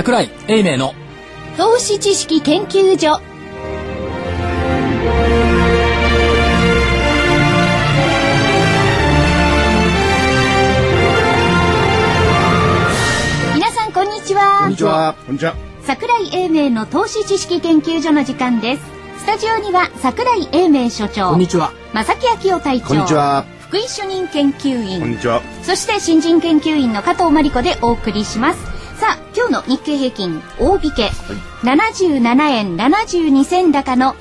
櫻井英明の投資知識研究所。皆さんこんにちは。 こんにちは。こんにちは。 櫻井英明の投資知識研究所の時間です。スタジオには櫻井英明所長、 こんにちは。 正木昭夫隊長、 こんにちは。 福井主任研究員、 こんにちは。 そして新人研究員の加藤真理子でお送りします。さあ、今日の日経平均大引け、77円72銭高の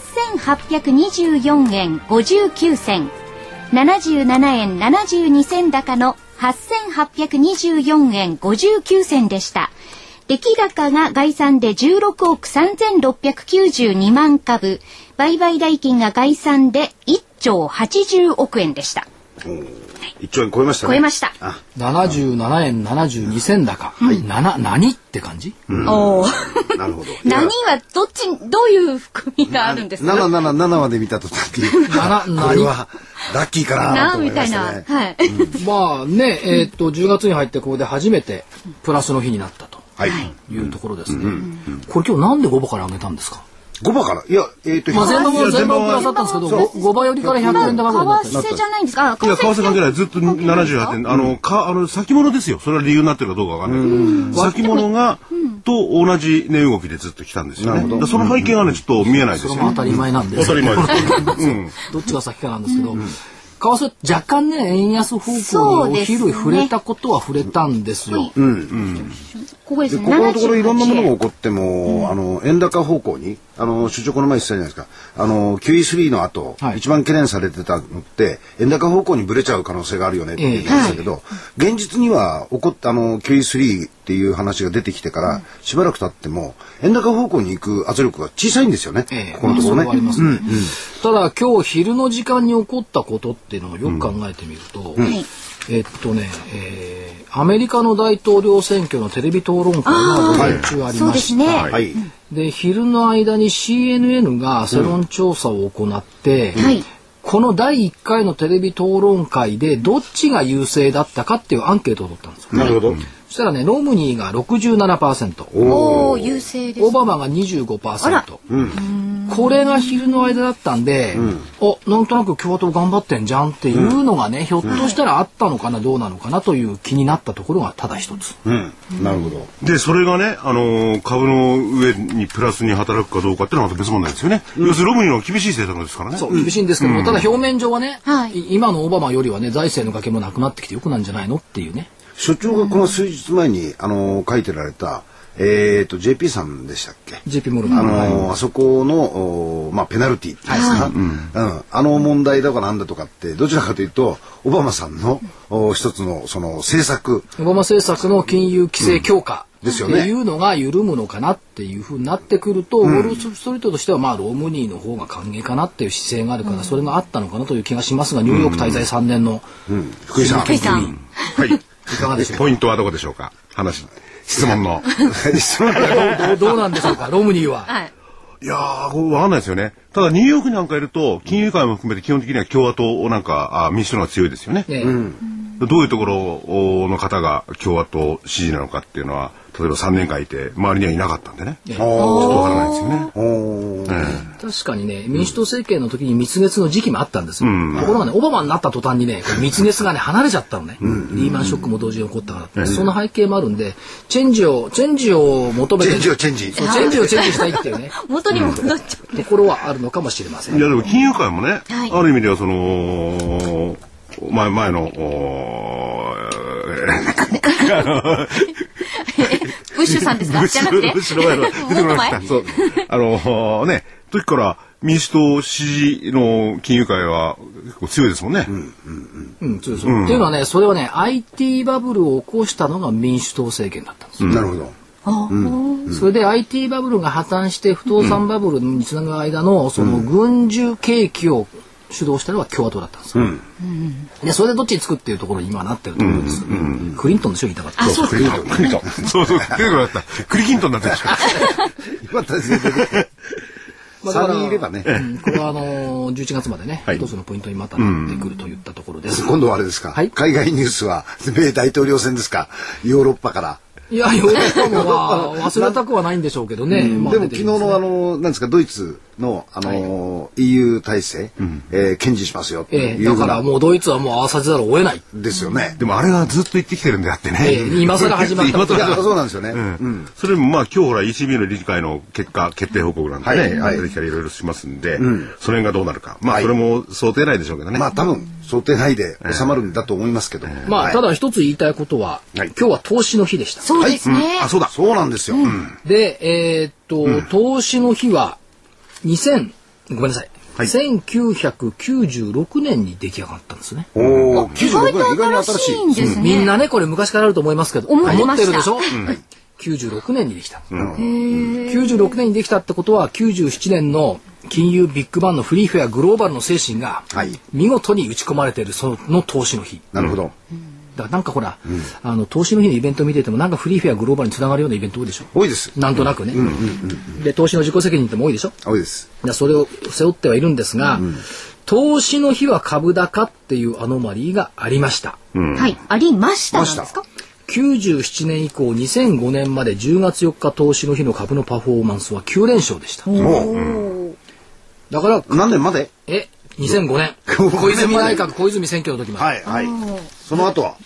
8824円59銭、77円72銭高の8824円59銭でした。出来高が概算で16億3692万株、売買代金が概算で1兆80億円でした。 1兆円超えましたね。 超えました。 77円72銭高。何って感じ？ おーなるほど。 何はどういう含みがあるんですか 777まで見たときこれはラッキーかなと思いましたね。 はい。 まあね、10月に入ってここで初めてプラスの日になったというところですね。これ今日なんで5番から上げたんですか ？5番からいや、 まあ、全部プラスだったんですけど、5番よりから100円高ぐらいになった。 為替じゃないんですか？ いや、為替関係ない。ずっと78円。先物ですよ。それは理由になってるかどうかわかんないけど、先物が、と同じ値動きでずっと来たんですよね。その背景がね、ちょっと見えないですよね。 それも当たり前なんです。 当たり前です。 どっちが先かなんですけど、為替若干ね、円安方向にお昼触れたことは触れたんですよ。 ここですね。 ここのところいろんなものが起こっても、円高方向に、所長この前言ってたじゃないですか。QE3 の後、一番懸念されてたのって、円高方向にブレちゃう可能性があるよねって言ってましたけど、現実には起こったQE3 っていう話が出てきてから、しばらく経っても、円高方向に行く圧力が小さいんですよね。ここのところね。 ただ今日昼の時間に起こったことっていうのをよく考えてみると、アメリカの大統領選挙のテレビ討論会が午前中ありました。で、昼の間に CNN が世論調査を行って、この第1回のテレビ討論会でどっちが優勢だったかっていうアンケートを取ったんですよ。 なるほど。 そしたらね、ロムニーが 67%、 おー、優勢です。 オバマが 25%。これが昼の間だったんで、なんとなく共和党頑張ってんじゃんっていうのがね、ひょっとしたらあったのかな、どうなのかなという気になったところがただ一つ。 なるほど。 で、それがね、株の上にプラスに働くかどうかっていうのはまた別問題ですよね。要するにロムニーの厳しい政策ですからね。 そう、厳しいんですけども、ただ表面上はね、今のオバマよりはね、財政の崖もなくなってきてよくなんじゃないのっていうね。 所長がこの数日前に書いてられたJP さんでしたっけ？ JP モルガン。 あそこのペナルティっていうんですか、問題だかなんだとかってどちらかというとオバマさんの一つのその政策、 オバマ政策の金融規制強化、 ですよね。 っていうのが緩むのかなっていうふうになってくると、ウォールストリートとしてはロムニーの方が歓迎かなっていう姿勢があるから、それがあったのかなという気がしますが、ニューヨーク滞在3年の福井さん。 はい。 いかがでしょうか。 ポイントはどこでしょうか。質問の。 どうなんでしょうか、ロムニーは。 いやー、わかんないですよね。ただニューヨークなんかいると、金融界も含めて基本的には共和党なんか民主党が強いですよね。どういうところの方が共和党支持なのかっていうのは、例えば3年間いて周りにはいなかったんでね。ちょっとわからないですよね。 確かにね、民主党政権の時に蜜月の時期もあったんですよ。ところがね、オバマになった途端にね、蜜月がね、離れちゃったのね。リーマンショックも同時に起こったから。その背景もあるんで、チェンジを求めて、チェンジをしたいっていうね。 元に戻っちゃう。 ところはあるのかもしれません。 いや、でも金融界もね、ある意味ではその、前の、 ブッシュさんですか？じゃなくて。 ブッシュの前の、出てこなかった。そう。時から民主党支持の金融界は結構強いですもんね。 そうです。っていうのはね、それはね、IT バブルを起こしたのが民主党政権だったんですよ。 なるほど。 それで IT バブルが破綻して不動産バブルにつなぐ間のその軍需景気を主導したのは共和党だったんですよ。で、それでどっちにつくっていうところに今なってると思うんです。クリントンでしょ、言いたかった。 そう、クリントン。そう、出てこなかった。クリキントンになってるでしょ。 よかったですね。3人いればね。 これは11月までね、一つのポイントにまたなってくるといったところです。 今度はあれですか、海外ニュースは米大統領選ですか、ヨーロッパから。 いや、ヨーロッパも忘れたくはないんでしょうけどね。 でも昨日のなんですか、ドイツのEU 体制堅持しますよっていう。 だからもうドイツはもう合わさざるを得ない。 ですよね。 でもあれはずっと言ってきてるんであってね。 今更始まった。 そうなんですよね。 それもまあ今日ほら ECB の理事会の決定報告なんでね、出てきたりいろいろしますんで、その辺がどうなるか。まあそれも想定内でしょうけどね。 まあ多分想定内で収まるんだと思いますけど。 まあただ一つ言いたいことは、今日は投資の日でした。 そうですね。 あ、そうだ。そうなんですよ。 で、投資の日はごめんなさい。1996年に出来上がったんですね。 おお、96年意外に新しいんですね。 みんなね、これ昔からあると思いますけど、 思ってるでしょ。96年にできた。96年にできたってことは、97年の金融ビッグバンのフリーフェアグローバルの精神が見事に打ち込まれているその投資の日。 なるほど。 だからなんかほら、投資の日のイベントを見ててもなんかフリーフェアグローバルにつながるようなイベント多いでしょ。 多いです。 なんとなくね。で、投資の自己責任っても多いでしょ。 多いです。 それを背負ってはいるんですが、投資の日は株高っていうアノマリーがありました。 はい、ありましたなんですか。 97年以降2005年まで10月4日投資の日の株のパフォーマンスは9連勝でした。だから何年まで ？2005年小泉内閣小泉選挙の時まで。 その後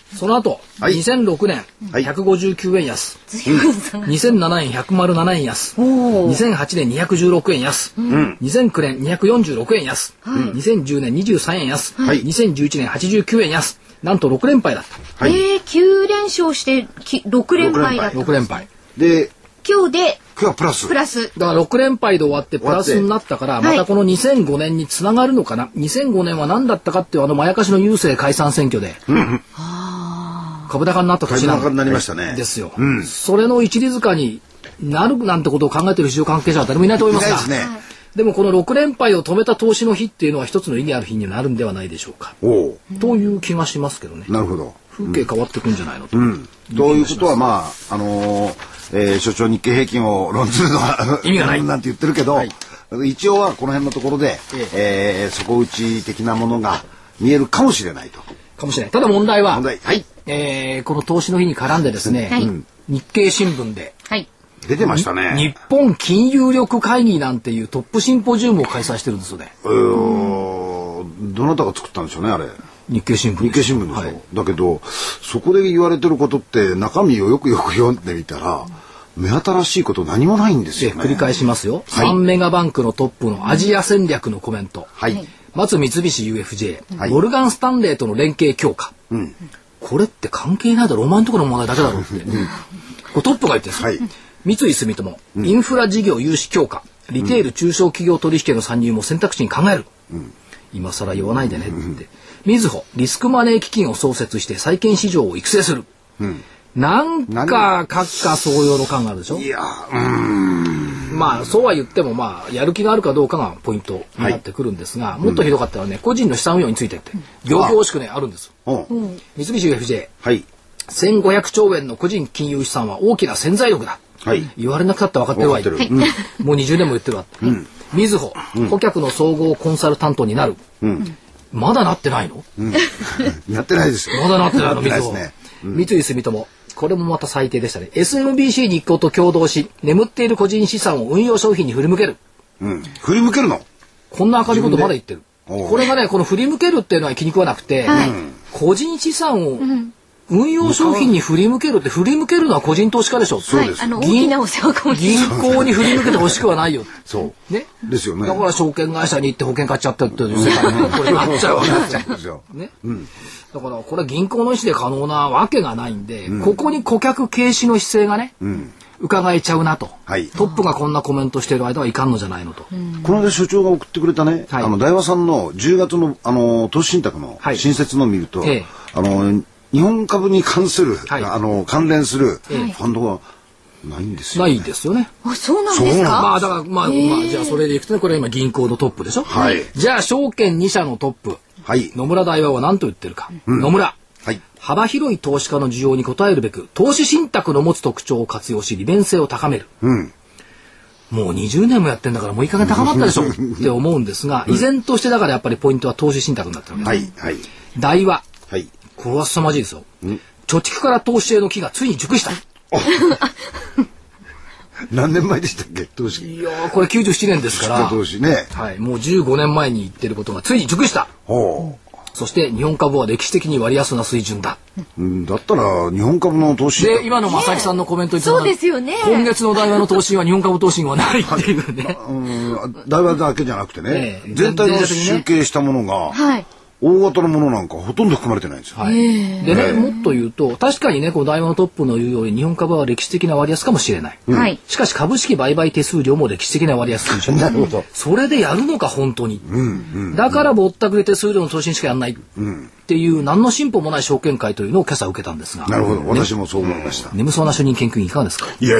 2006年159円安、2007年107円安、2008年216円安、2009年246円安、2010年23円安、2011年89円安、なんと6連敗だった。 9連勝して6連敗だった。 6連敗で今日はプラス。 だから6連敗で終わってプラスになったから、またこの2005年につながるのかな。2005年は何だったかっていうまやかしの郵政解散選挙で、株高になった年なんですよ。それの一里塚になるなんてことを考えている市場関係者は誰もいないと思いますが、でもこの6連敗を止めた投資の日っていうのは一つの意義ある日になるんではないでしょうか。という気がしますけどね。 なるほど。 風景変わってくんじゃないのと。 ということはまあ所長日経平均を論ずるのは意味がないなんて言ってるけど、一応はこの辺のところで、底打ち的なものが見えるかもしれないと。 かもしれない。ただ問題は、この投資の日に絡んでですね、日経新聞で、 出てましたね。 日本金融力会議なんていうトップシンポジウムを開催してるんですよね。 どなたが作ったんでしょうね、あれ。 日経新聞でしょ。だけどそこで言われてることって中身をよく読んでみたら目新しいこと何もないんですよね。 繰り返しますよ。3メガバンクのトップのアジア戦略のコメント。まず三菱 UFJ、モルガン・スタンレーとの連携強化。これって関係ないだろ、お前んところの問題だけだろって。これトップが言ってるんです。三井住友、インフラ事業融資強化、リテール中小企業取引への参入も選択肢に考える。今更言わないでねって。みずほリスクマネー基金を創設して債券市場を育成する。なんか閣下総用の感があるでしょ。まあそうは言ってもまあやる気があるかどうかがポイントになってくるんですが、もっとひどかったらね、個人の資産運用についてって仰々しくねあるんです。三菱 UFJ、1500兆円の個人金融資産は大きな潜在力だ。言われなくたって分かってるわ。もう20年も言ってるわ。みずほ顧客の総合コンサルタントになる。まだなってないの？ なってないですよ。 まだなってないの、みずほ。三井住友、これもまた最低でしたね。SMBC 日興と共同し、眠っている個人資産を運用商品に振り向ける。 振り向けるの？ こんな赤字ことまだ言ってる。これがね、この振り向けるっていうのは気に食わなくて、個人資産を運用商品に振り向けるって、振り向けるのは個人投資家でしょ。 そうです。大きなお世話かもしれない。 銀行に振り向けてほしくはないよ。 そうね。 ですよね。 だから証券会社に行って保険買っちゃったっていう世界にこれなっちゃうわけですよ。ね。だからこれは銀行の意思で可能なわけがないんで、ここに顧客軽視の姿勢がね、伺えちゃうなと。トップがこんなコメントしている間はいかんのじゃないのと。 この間所長が送ってくれたね、大和さんの10月の投資信託の新設のを見ると、日本株に関する、関連するファンドがないんですよね。 ないですよね。 そうなんですか。 まあだからまあじゃあそれでいくとね、これは今銀行のトップでしょ。じゃあ証券2社のトップ、野村大和は何と言ってるか。野村、幅広い投資家の需要に応えるべく投資信託の持つ特徴を活用し利便性を高める。もう20年もやってんだからもういい加減高まったでしょって思うんですが、依然としてだからやっぱりポイントは投資信託になってるわけです。大和、これは凄まじいですよ。貯蓄から投資への木がついに熟した。 何年前でしたっけ投資？ いやこれ97年ですから、 投資ね、 はい、もう15年前に言ってることがついに熟した。そして日本株は歴史的に割安な水準だ。 だったら日本株の投資で今の正木さんのコメントにそうですよね。 今月の大和の投資は日本株投資はないっていうね。 大和だけじゃなくてね、全体の集計したものが、大型のものなんかほとんど含まれてないんですよ。 でね、もっと言うと確かにねこう大和のトップの言うように日本株は歴史的な割安かもしれない、しかし株式売買手数料も歴史的な割安水準なるほど。 それでやるのか本当に、だからぼったくり手数料の投資にしかやらないっていう何の進歩もない証券会というのを今朝受けたんですが。 なるほど、私もそう思いました。 眠そうな主任研究員いかがですか？ いや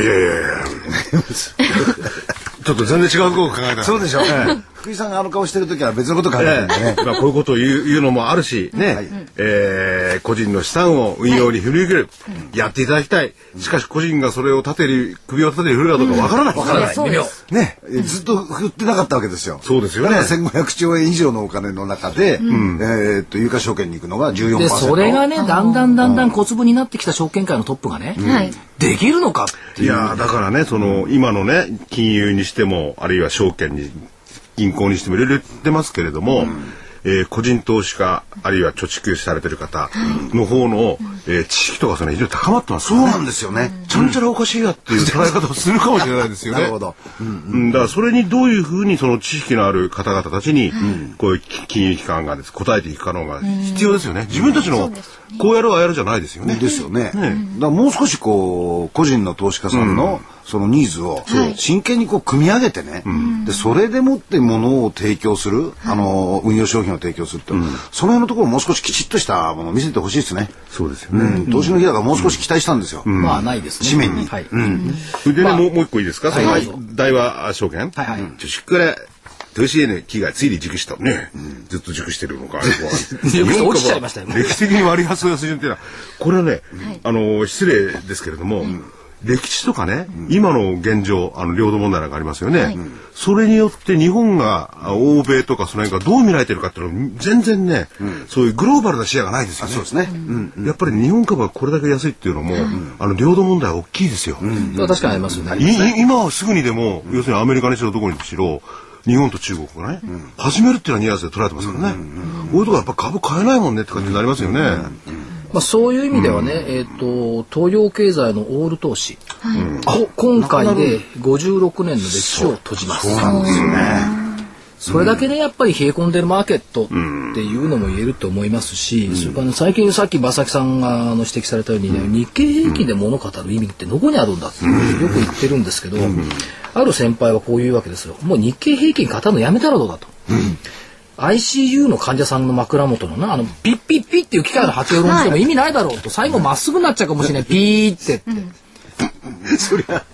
ちょっと全然違うことを考えた。 そうでしょう。福井さんがあの顔してる時は別のこと考えてるんでね。 こういうことを言うのもあるしね、個人の資産を運用に振り向ける、やっていただきたい。しかし個人がそれを首を立てて振るかどうかわからない。 わからない。微妙。ね、ずっと振ってなかったわけですよ。 そうですよね。 だから1500兆円以上のお金の中で、有価証券に行くのが 14%。 でそれがねだんだん小粒になってきた証券会のトップがね、できるのかっていう。 いやだからね今のね金融にしてもあるいは証券に銀行にしてもいろいろ言ってますけれども、個人投資家あるいは貯蓄されてる方の方の、知識とか非常に高まってますからね。そうなんですよね。 ちゃんちゃらおかしいやっていう捉え方をするかもしれないですよね。 なるほど。 だからそれにどういうふうにその知識のある方々たちに、こういう金融機関が答えていく可能が必要ですよね。自分たちのこうやるあやるじゃないですよね。 ですよね。だからもう少し個人の投資家さんのそのニーズを真剣に組み上げてね、でそれでもってものを提供する、運用商品を提供すると、その辺のところをもう少しきちっとしたものを見せてほしいですね。 そうですよね。 投資の日だからもう少し期待したんですよ。 まあないですね。 紙面に。 でね、もう一個いいですか。大和証券。貯蓄から投資への危がついに熟したね。ずっと熟してるのか。 落ちちゃいましたよね。 歴史的に割安な水準っていうのはこれはね、失礼ですけれども。歴史とかね、今の現状領土問題なんかありますよね、それによって日本が欧米とかその辺がどう見られてるかっていうのは全然ね、そういうグローバルな視野がないですよね。 そうですね。 やっぱり日本株がこれだけ安いっていうのも、領土問題は大きいですよ。 確かにありますよね。 今はすぐにでも、要するにアメリカにしろどこにしろ日本と中国がね、始めるっていうのはニュアンスで捉えてますからね。こういうとこやっぱ株買えないもんねって感じになりますよね。 そういう意味ではね、東洋経済のオール投資、今回で56年の歴史を閉じます。 そうなんですよね。 それだけでやっぱり冷え込んでるマーケットっていうのも言えると思いますし、それから最近さっき正木さんが指摘されたように、日経平均で物語る意味ってどこにあるんだってよく言ってるんですけど、ある先輩はこういうわけですよ。もう日経平均語るのやめたらどうだと。ICU の患者さんの枕元のピッピッピッっていう機械の波形を論じても意味ないだろうと、最後まっすぐになっちゃうかもしれない、ピーって。 そりゃ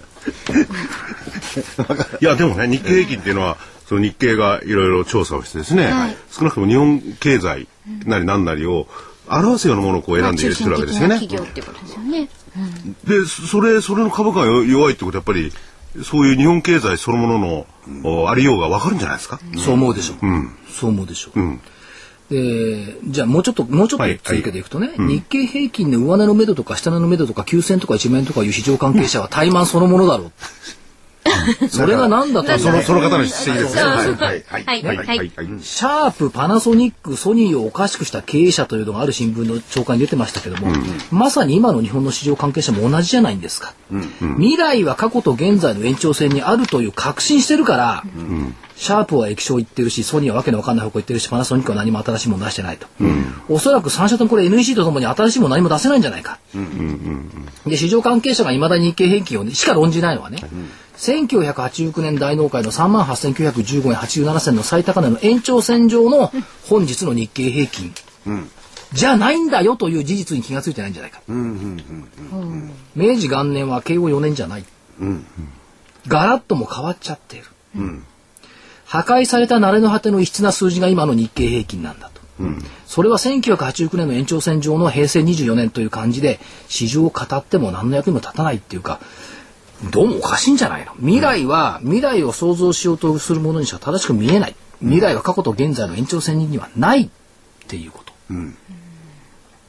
いやでもね、日経平均っていうのはその日経がいろいろ調査をしてですね、少なくとも日本経済なり何なりを表すようなものを選んでいるわけですよね。でそれの株価が弱いってことはやっぱりそういう日本経済そのもののありようが分かるんじゃないですか。 そう思うでしょう。そう思うでしょう。じゃあもうちょっと続けていくとね、日経平均の上値の目処とか下値の目処とか9000とか1万円とかいう市場関係者は怠慢そのものだろう。それが何だとその方の質疑ですね。 シャープ、パナソニック、ソニーをおかしくした経営者というのがある新聞の朝刊に出てましたけども、まさに今の日本の市場関係者も同じじゃないんですか。未来は過去と現在の延長線にあるという確信してるから、シャープは液晶言ってるし、ソニーはわけのわかんない方向言ってるし、パナソニックは何も新しいもの出してないと。おそらく3社ともこれ NEC とともに新しいもの何も出せないんじゃないか。で、市場関係者が未だに日経平均をしか論じないのはね、1989年大納会の 38,915 円87銭の最高値の延長線上の本日の日経平均、じゃないんだよという事実に気がついてないんじゃないか。明治元年は慶応4年じゃない。ガラッとも変わっちゃっている。破壊された慣れの果ての異質な数字が今の日経平均なんだと。それは1989年の延長線上の平成24年という感じで市場を語っても何の役にも立たないっていうか、どうもおかしいんじゃないの。未来を想像しようとするものにしか正しく見えない。未来は過去と現在の延長線にはないっていうこと。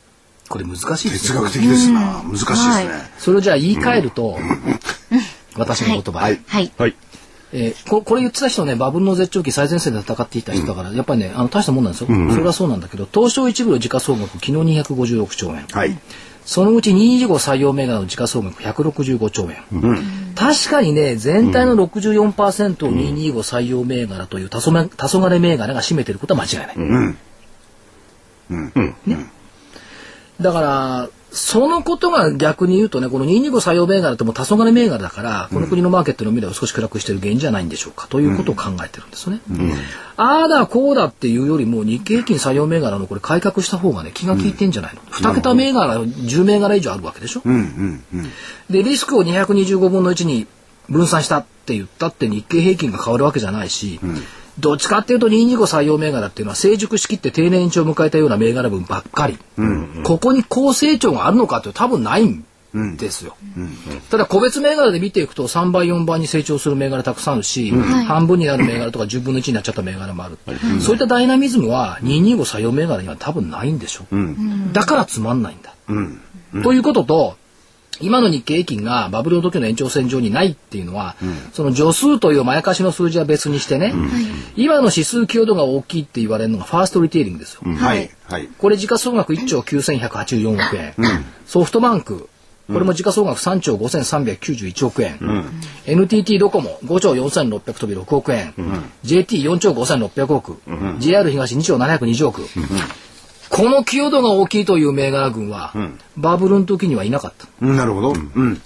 これ難しいですね。哲学的ですな。難しいですね。 それをじゃあ言い換えると、私の言葉で。 はい。 これ言ってた人ね、バブルの絶頂期最前線で戦っていた人だから、やっぱりね、大したもんなんですよ。それはそうなんだけど、東証一部の時価総額、昨日256兆円。そのうち225採用銘柄の時価総額165兆円。確かにね、全体の 64% を225採用銘柄という黄昏銘柄が占めていることは間違いない。ね。だから、そのことが逆に言うとね、この225採用銘柄ってもう黄昏銘柄だから、この国のマーケットの未来を少し暗くしている原因じゃないんでしょうかということを考えてるんですよね。ああだこうだっていうよりも日経平均採用銘柄のこれ改革した方がね気が利いてんじゃないの。2桁銘柄10銘柄以上あるわけでしょ。でリスクを225分の1に分散したって言ったって日経平均が変わるわけじゃないし、どっちかっていうと225採用銘柄っていうのは成熟しきって定年延長を迎えたような銘柄分ばっかり、ここに高成長があるのかって多分ないんですよ。ただ個別銘柄で見ていくと3倍4倍に成長する銘柄たくさんあるし、半分になる銘柄とか10分の1になっちゃった銘柄もある、そういったダイナミズムは225採用銘柄には多分ないんでしょ、だからつまんないんだ、ということと今の日経平均がバブルの時の延長線上にないっていうのは、その助数というまやかしの数字は別にしてね、今の指数寄与度が大きいって言われるのがファーストリテイリングですよ。これ時価総額1兆9184億円、ソフトバンクこれも時価総額3兆5391億円、NTT ドコモ5兆4600飛び6億円、JT4 兆5600億、JR 東2兆720億、この寄与度が大きいという銘柄群は、バブルの時にはいなかった。 なるほど。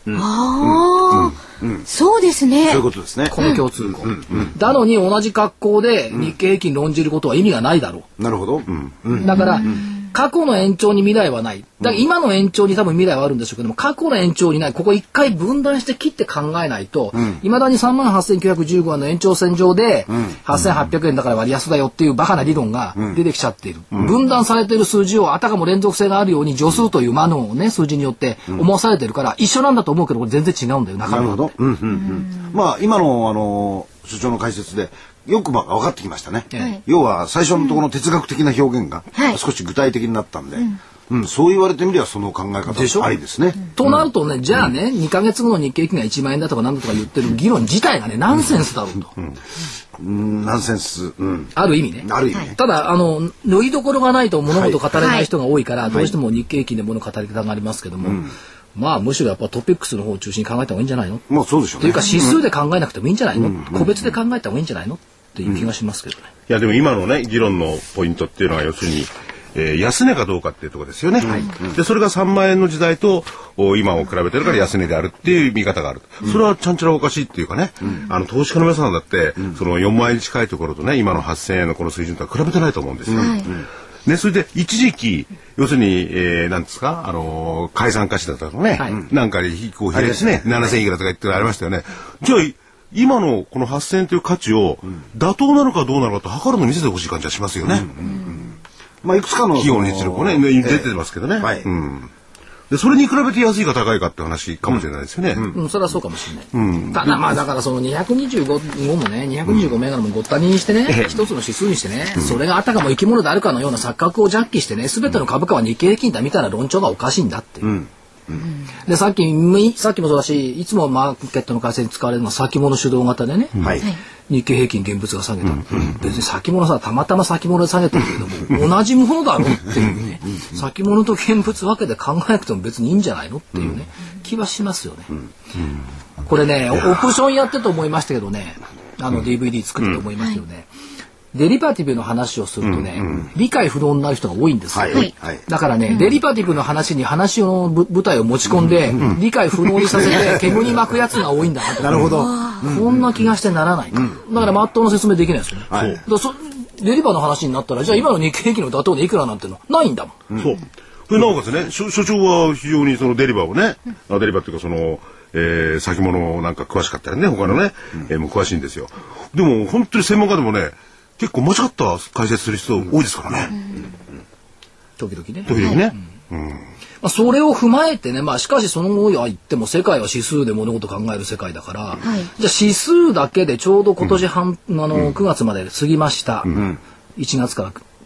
そうですね。 そういうことですね。 この共通項。だのに同じ格好で日経平均論じることは意味がないだろう。なるほど。 だから、過去の延長に未来はない。だから今の延長に多分未来はあるんでしょうけども、過去の延長にない。ここ一回分断して切って考えないと、未だに 38,915 円の延長線上で、8,800 円だから割安だよっていうバカな理論が出てきちゃっている。分断されている数字をあたかも連続性があるように助数という魔のね、数字によって思わされてるから、一緒なんだと思うけど、これ全然違うんだよ、中身は。 なるほど。まあ、今の、所長の解説で、よく分かってきましたね。要は最初のところの哲学的な表現が少し具体的になったんで、そう言われてみればその考え方ありですね。 となるとね、じゃあね、2ヶ月後の日経平均が1万円だとか何だとか言ってる議論自体がね、ナンセンスだろうと。 ナンセンス。 ある意味ね。 ある意味。 ただ、乗りどころがないと物事語れない人が多いから、どうしても日経平均で物語り方がありますけども、まあむしろやっぱトピックスの方を中心に考えた方がいいんじゃないの。 まあそうでしょうね。 というか指数で考えなくてもいいんじゃないの。個別で考えた方がいいんじゃないのっていう気がしますけどね。 いやでも今のね議論のポイントっていうのは要するに、安値かどうかっていうところですよね。でそれが3万円の時代と今を比べてるから安値であるっていう見方がある。それはちゃんちゃらおかしいっていうかね。投資家の皆さんだって、その4万円に近いところとね今の8,000円のこの水準とは比べてないと思うんですよ。ね、それで一時期要するに、なんですか解散貸しだったとかね、なんかこうですね7,000円いくらとか言ってありましたよね。じゃあ今のこの8,000円という価値を妥当なのかどうなのかと測るのを見せてほしい感じはしますよね。 まあいくつかの企業の実力もね出てますけどね。でそれに比べて安いか高いかって話かもしれないですよね。 それはそうかもしれない。ただまあだからその225もね225銘柄もごったにしてね、一つの指数にしてね、それがあたかも生き物であるかのような錯覚をジャッキしてね、全ての株価は日経平均だみたいな論調がおかしいんだっていう。でさっきもそうだし、いつもマーケットの解説に使われるのは先物主導型でね、日経平均現物が下げた、別に先物さたまたま先物で下げてるけども同じものだろうっていうね、先物と現物分けて考えなくても別にいいんじゃないのっていうね、気はしますよね。これねオプションやってと思いましたけどね、DVD 作ってと思いましたよね。デリバティブの話をするとね、理解不能になる人が多いんですよ。だからね、デリバティブの話に話の舞台を持ち込んで、理解不能にさせて煙に巻くやつが多いんだなと。 なるほど。 こんな気がしてならない。だからまっとうな説明できないですよね。デリバの話になったら、じゃあ今の日経平均の妥当でいくらなんてのないんだもん。 そう。なおかつね、所長は非常にそのデリバをね、デリバっていうかその、先物なんか詳しかったりね、他のね、も詳しいんですよ。でも本当に専門家でもね、結構間違った解説する人多いですからね。 時々ね。 時々ね。 それを踏まえてね、しかしその後は言っても世界は指数で物事を考える世界だから、じゃあ指数だけでちょうど今年9月まで過ぎました。1月から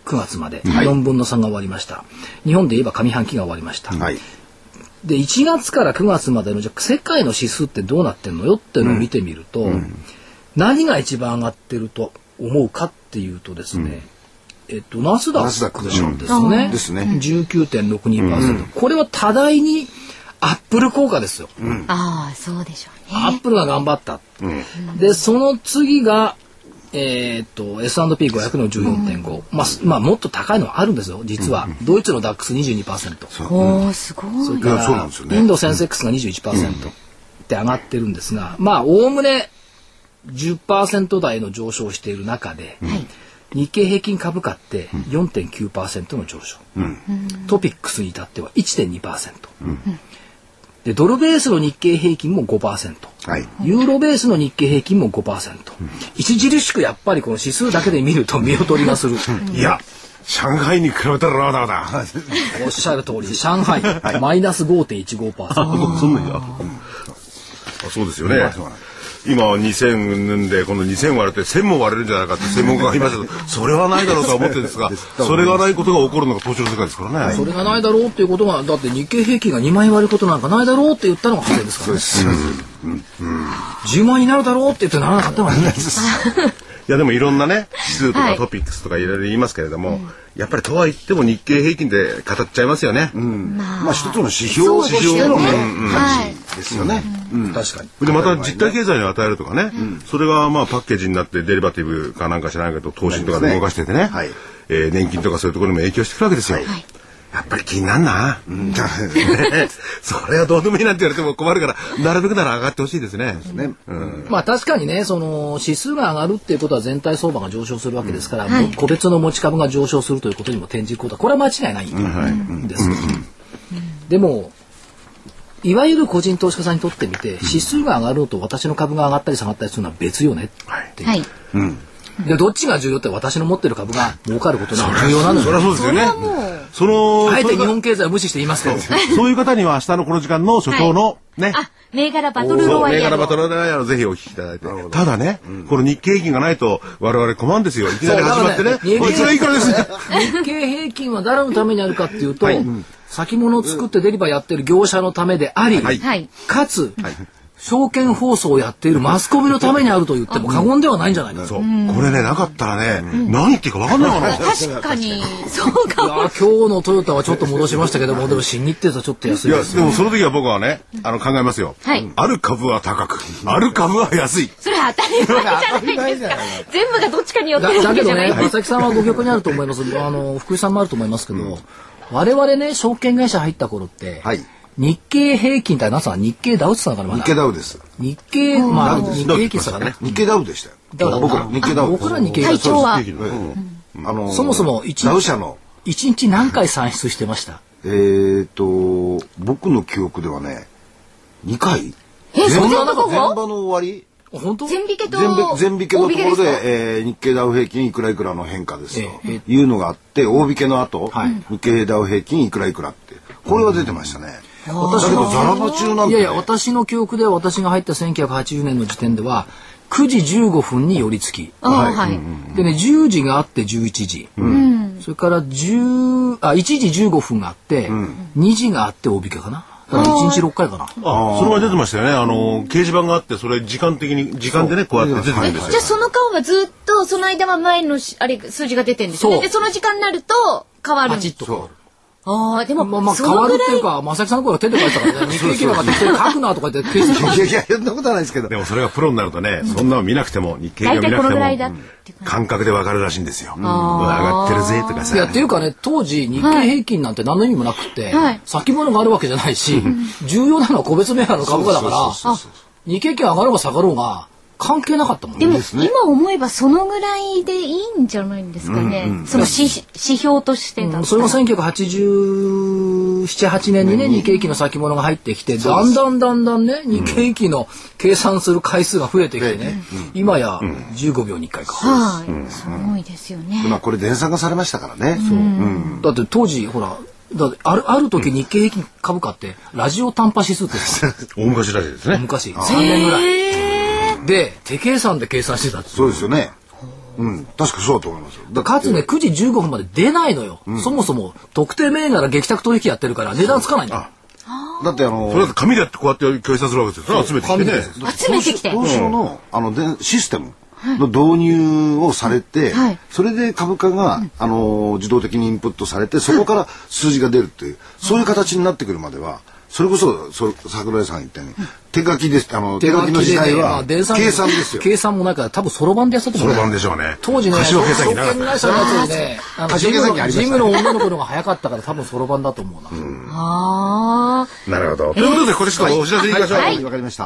9月まで4分の3が終わりました。日本で言えば上半期が終わりました。で1月から9月までのじゃ世界の指数ってどうなってんのよっていうのを見てみると、何が一番上がってると思うかっていうとですね、ナスダックですね。 ですね。 19.62%。これは多大にアップル効果ですよ。 ああ、そうでしょうね。 アップルが頑張った。で、その次が、S&P500 の 14.5。まあ、もっと高いのはあるんですよ、実は。ドイツのダックス 22%。 おー、すごい。 それから、インドセンセックスが 21% って上がってるんですが、まあ、おおむね10% 台の上昇している中で、日経平均株価って 4.9% の上昇。トピックスに至っては 1.2%。でドルベースの日経平均も 5%、ユーロベースの日経平均も 5%、著しくやっぱりこの指数だけで見ると見劣りがする。 いや上海に比べたらまだまだおっしゃる通り上海マイナス 5.15%。 そんなにそうですよね。今は2000でこの2000割れて1000も割れるんじゃないかって専門家が言いましたけど、それはないだろうとは思ってるんですが、それがないことが起こるのが東証の世界ですからね。 それがないだろうっていうことが、だって日経平均が2万円割ることなんかないだろうって言ったのが派生ですからね。10万円になるだろうって言ってならなかったのがいいです。 いやでもいろんなね指数とかトピックスとかいろいろ言いますけれども、やっぱりとは言っても日経平均で語っちゃいますよね。 まあ一つの指標としての価値ですよね。 確かに。 でまた実体経済に与えるとかね、それがまあパッケージになってデリバティブかなんか知らないけど投資とかで動かしててね、年金とかそういうところにも影響してくるわけですよ。やっぱり気になんな。それはどうでもいいなんて言われても困るから、なるべくなら上がってほしいですね。 まあ確かにね、その指数が上がるっていうことは全体相場が上昇するわけですから、個別の持ち株が上昇するということにも転じることは、これは間違いないんです。でも、いわゆる個人投資家さんにとってみて、指数が上がるのと私の株が上がったり下がったりするのは別よねっていう。でどっちが重要って私の持ってる株が儲かることが重要なのよ。 そりゃそうですよね。 あえて日本経済を無視して言いますけど、 そういう方には明日のこの時間の所長のね、 銘柄バトルロワイヤル。 銘柄バトルロワイヤルをぜひお聞きいただいて。ただね、この日経平均がないと我々困るんですよ。いきなり始まってね。こいつはいくらですね。 日経平均は誰のためにあるかっていうと、先物を作ってデリバーやってる業者のためであり、かつ、証券放送をやっているマスコミのためにあると言っても過言ではないんじゃないか。 これねなかったらね、何言っていいか分かんないかな。 確かにそうかも。 今日のトヨタはちょっと戻しましたけども、でも新日鉄はちょっと安いです。 いやでもその時は僕はね考えますよ。ある株は高く、ある株は安い。 それ当たり前じゃないですか。全部がどっちかによってるわけじゃない。 だけどね、正木さんはご記憶にあると思います。福井さんもあると思いますけど、我々ね証券会社入った頃って。日経平均って何さ日経ダウって言ったのかな。 日経ダウです。 日経日経平均さね。 日経ダウでしたよ。だから僕ら日経ダウ。 僕ら日経会長はそもそもダウ社の 1日何回算出してました。 僕の記憶ではね2回。 そんな中前場の終わり。 本当？ 全引けのところで、日経ダウ平均いくらいくらの変化ですというのがあって、大引けの後、日経ダウ平均いくらいくらってこれは出てましたね。私のザラバ中なんて、 私の記憶では私が入った1980年の時点では9時15分に寄り付き、でね10時があって11時、それから1時15分があって、2時があって大引けかな。1日6回かな。 それは出てましたよね。掲示板があってそれ時間でねこうやって出てるんですよ。 じゃあその間はずっとその間は前の数字が出てるんですよね。でその時間になると変わる。 パチッと変わる。 でも変わるっていうか正木さんの声が手で書いてたからね。日経平均が適当に書くなとか言ってペース。 いやそんなことはないですけど。 でもそれがプロになるとね、そんなの見なくても日経平均を見なくても感覚でわかるらしいんですよ。上がってるぜとかさ。 いやっていうかね、当時日経平均なんて何の意味もなくて、先物があるわけじゃないし、重要なのは個別銘柄の株価だから、日経平均上がろうが下がろうが関係なかったもんね。 でも今思えばそのぐらいでいいんじゃないんですかね。その指標としてだ。 それも1987、8年にね日経平均の先物が入ってきて、だんだんね日経平均の計算する回数が増えてきてね、今や15秒に1回か。 すごいですよね。 これ電算がされましたからね。 だって当時ほら。ある時日経平均株価ってラジオ短波指数って大昔らしいですね。 昔3年ぐらいで手計算で計算してたって。 そうですよね。 確かそうだと思いますよ。 かつね、9時15分まで出ないのよ。そもそも特定銘柄激託取引やってるから値段つかないんだよ。 だってそれだって紙でやってこうやって計算するわけですよ。集めてきてね。 集めてきて。 東証のシステムの導入をされて、それで株価が自動的にインプットされて、そこから数字が出るっていう、そういう形になってくるまでは、それこそ桜井さん言ったように手書きです。手書きの時代は計算ですよ。 計算もないから多分そろばんでやったと思う。 そろばんでしょうね。 当時ね、 証券会社のやつね、ジムの女の子の方が早かったから多分そろばんだと思うな。 なるほど。ということでこれちょっとお知らせいきましょう。 はい、わかりました。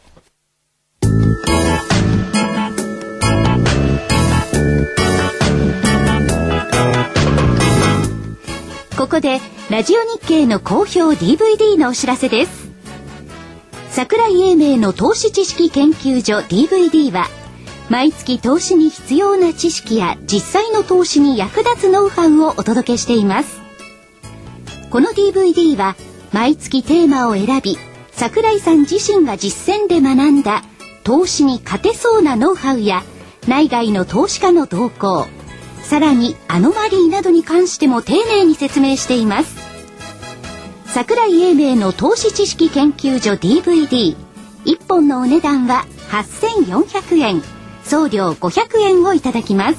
ここでラジオ日経の好評 DVD のお知らせです。桜井英明の投資知識研究所 DVD は毎月投資に必要な知識や実際の投資に役立つノウハウをお届けしています。この DVD は毎月テーマを選び、桜井さん自身が実践で学んだ投資に勝てそうなノウハウや内外の投資家の動向、さらにアノマリーなどに関しても丁寧に説明しています。桜井英明の投資知識研究所 DVD 1本のお値段は8400円、送料500円をいただきます。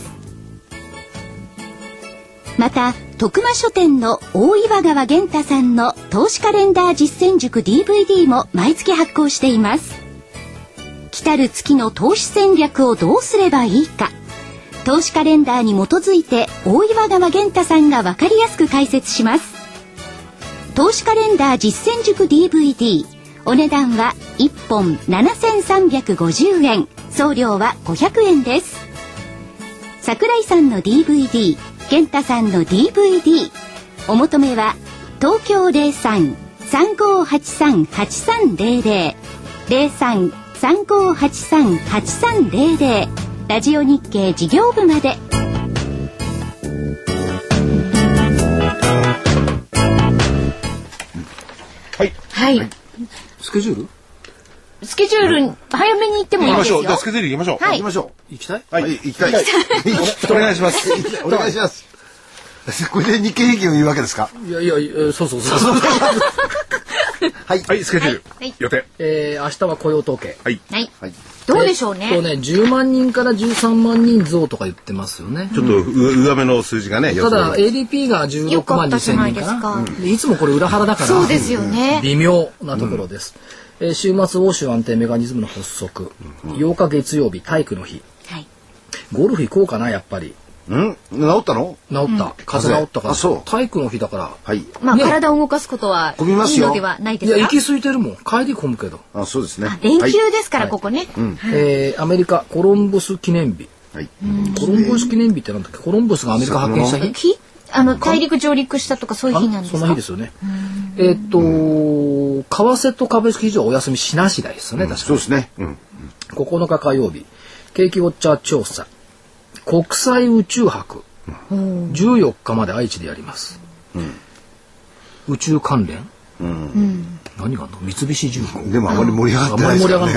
また徳間書店の大岩川源太さんの投資カレンダー実践塾 DVD も毎月発行しています。来たる月の投資戦略をどうすればいいか、投資カレンダーに基づいて大岩川源太さんが分かりやすく解説します。投資カレンダー実践塾 DVD、 お値段は1本7350円、送料は500円です。桜井さんの DVD、 源太さんの DVD、 お求めは東京 03-3583-8300 03-3583-8300 ラジオ日経事業部まで。はい。 スケジュール早めに行ってもいいですよ。 じゃあスケジュール行きましょう。 行きましょう。行きたい？ はい、行きたい。 お願いします。 お願いします。これで日経平均を言うわけですか？ いやそう。 はい、 スケジュール予定。 明日は雇用統計。 はい。どうでしょうね。 10万人から13万人増とか言ってますよね。 ちょっと上目の数字がね。 ただ ADP が16万2000人かな。いつもこれ裏腹だからそうですよね。 微妙なところです。週末欧州安定メカニズムの発足。8日月曜日体育の日。ゴルフ行こうかなやっぱり。 治ったの？ 治った。風邪治ったから。体育の日だから。 まあ体を動かすことはいいのではないですか？ いや、行き過ぎてるもん。帰り込むけど。 そうですね。 連休ですからここね。 アメリカコロンブス記念日。コロンブス記念日ってなんだっけ？コロンブスがアメリカ発見した日？ 大陸上陸したとかそういう日なんですか？ そんな日ですよね。為替と株式市場はお休みしなしだですよね。確かに。 そうですね。 9日火曜日、景気ウォッチャー調査。国際宇宙博、14日まで愛知でやります。宇宙関連、何があるの？三菱重工。 でもあまり盛り上がってないですよね。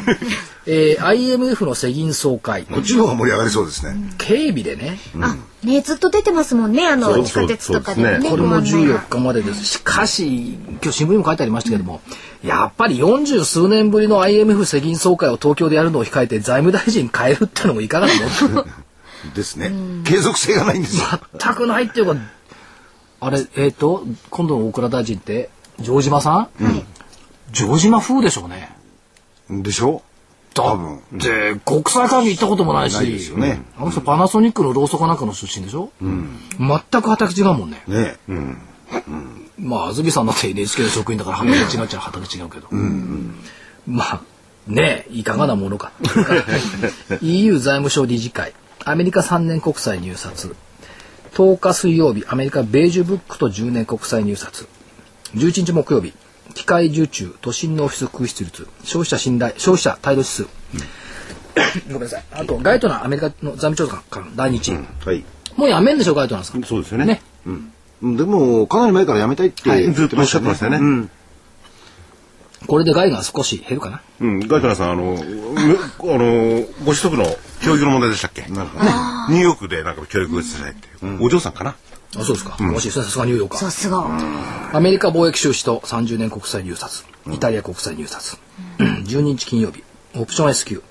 IMF の世銀総会。 こっちの方が盛り上がりそうですね。 警備でね。 ずっと出てますもんね。地下鉄とかでね。 これも14日までです。しかし今日新聞にも書いてありましたけども、やっぱり40数年ぶりの IMF 世銀総会を東京でやるのを控えて財務大臣変えるってのもいかがなもんですね。継続性がないんですよ。 全くないっていうか、あれ今度の大蔵大臣って城島さん？城島風でしょうね。 でしょ？多分。 で国際会議行ったこともないし、 ないですよね。 あの人パナソニックのローソクなんかの出身でしょ？全く畑違うもんね。まあ安住さんだって NHK の職員だから畑違っちゃ畑違うけど。まあねえいかがなものか。EU 財務省理事会。アメリカ3年国債入札。10日水曜日、アメリカベージュブックと10年国債入札。11日木曜日、機械受注、都心のオフィス空室率、消費者態度指数。ごめんなさい。あと、ガイトナー、アメリカの財務長官、来日。もうやめんでしょ、ガイトナーさん。 そうですよね。 でも、かなり前からやめたいってずっとおっしゃってましたよね。 これで害が少し減るかな。 ガイトナーさん、ご子息の教育の問題でしたっけ？ニューヨークでなんか教育をしてないっていう。お嬢さんかな？ あ、そうですか。詳しいですね。さすがニューヨーカー。 さすが。 アメリカ貿易収支と30年国債入札。イタリア国債入札。12日金曜日。オプション S q。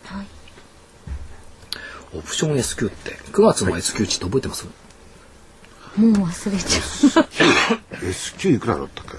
オプション S q って9月の S q 値って覚えてます？ もう忘れちゃう。 S q いくらだったっけ